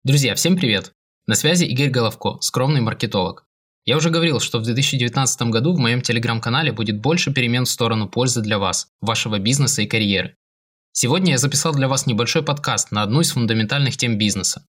Друзья, всем привет! На связи Игорь Головко, скромный маркетолог. Я уже говорил, что в 2019 году в моем телеграм-канале будет больше перемен в сторону пользы для вас, вашего бизнеса и карьеры. Сегодня я записал для вас небольшой подкаст на одну из фундаментальных тем бизнеса.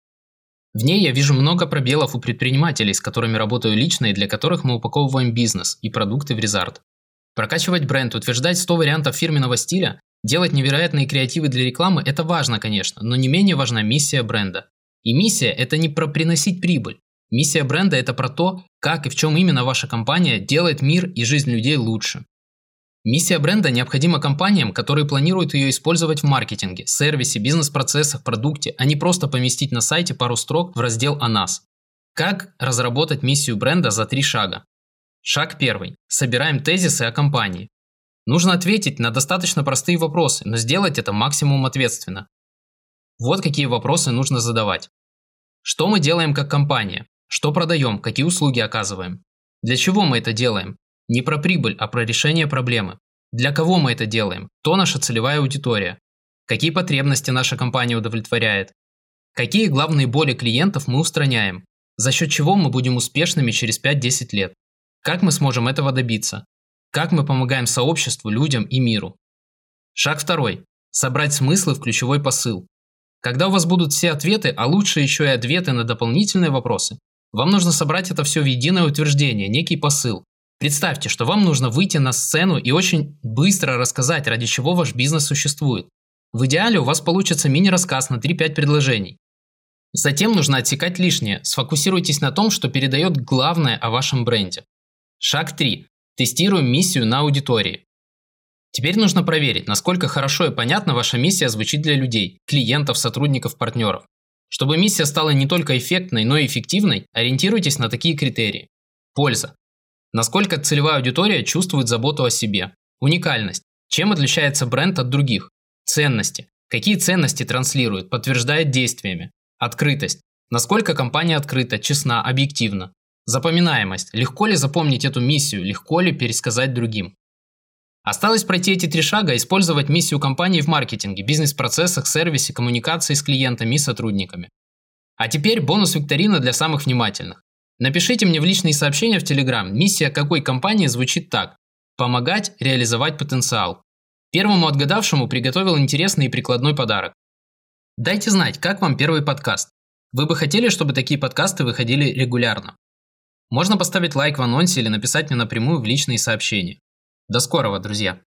В ней я вижу много пробелов у предпринимателей, с которыми работаю лично и для которых мы упаковываем бизнес и продукты в Резарт. Прокачивать бренд, утверждать 100 вариантов фирменного стиля, делать невероятные креативы для рекламы – это важно, конечно, но не менее важна миссия бренда. И миссия – это не про приносить прибыль. Миссия бренда – это про то, как и в чем именно ваша компания делает мир и жизнь людей лучше. Миссия бренда необходима компаниям, которые планируют ее использовать в маркетинге, сервисе, бизнес-процессах, продукте, а не просто поместить на сайте пару строк в раздел «О нас». Как разработать миссию бренда за 3 шага? Шаг 1. Собираем тезисы о компании. Нужно ответить на достаточно простые вопросы, но сделать это максимум ответственно. Вот какие вопросы нужно задавать. Что мы делаем как компания? Что продаем? Какие услуги оказываем? Для чего мы это делаем? Не про прибыль, а про решение проблемы. Для кого мы это делаем? Кто наша целевая аудитория? Какие потребности наша компания удовлетворяет? Какие главные боли клиентов мы устраняем? За счет чего мы будем успешными через 5-10 лет? Как мы сможем этого добиться? Как мы помогаем сообществу, людям и миру? Шаг 2. Собрать смыслы в ключевой посыл. Когда у вас будут все ответы, а лучше еще и ответы на дополнительные вопросы, вам нужно собрать это все в единое утверждение, некий посыл. Представьте, что вам нужно выйти на сцену и очень быстро рассказать, ради чего ваш бизнес существует. В идеале у вас получится мини-рассказ на 3-5 предложений. Затем нужно отсекать лишнее, сфокусируйтесь на том, что передает главное о вашем бренде. Шаг 3. Тестируем миссию на аудитории. Теперь нужно проверить, насколько хорошо и понятно ваша миссия звучит для людей, клиентов, сотрудников, партнеров. Чтобы миссия стала не только эффектной, но и эффективной, ориентируйтесь на такие критерии. Польза. Насколько целевая аудитория чувствует заботу о себе. Уникальность. Чем отличается бренд от других. Ценности. Какие ценности транслирует, подтверждает действиями. Открытость. Насколько компания открыта, честна, объективна. Запоминаемость. Легко ли запомнить эту миссию, легко ли пересказать другим. Осталось пройти эти 3 шага и использовать миссию компании в маркетинге, бизнес-процессах, сервисе, коммуникации с клиентами и сотрудниками. А теперь бонус-викторина для самых внимательных. Напишите мне в личные сообщения в Telegram, миссия какой компании звучит так: помогать реализовать потенциал. Первому отгадавшему приготовил интересный и прикладной подарок. Дайте знать, как вам первый подкаст. Вы бы хотели, чтобы такие подкасты выходили регулярно? Можно поставить лайк в анонсе или написать мне напрямую в личные сообщения. До скорого, друзья!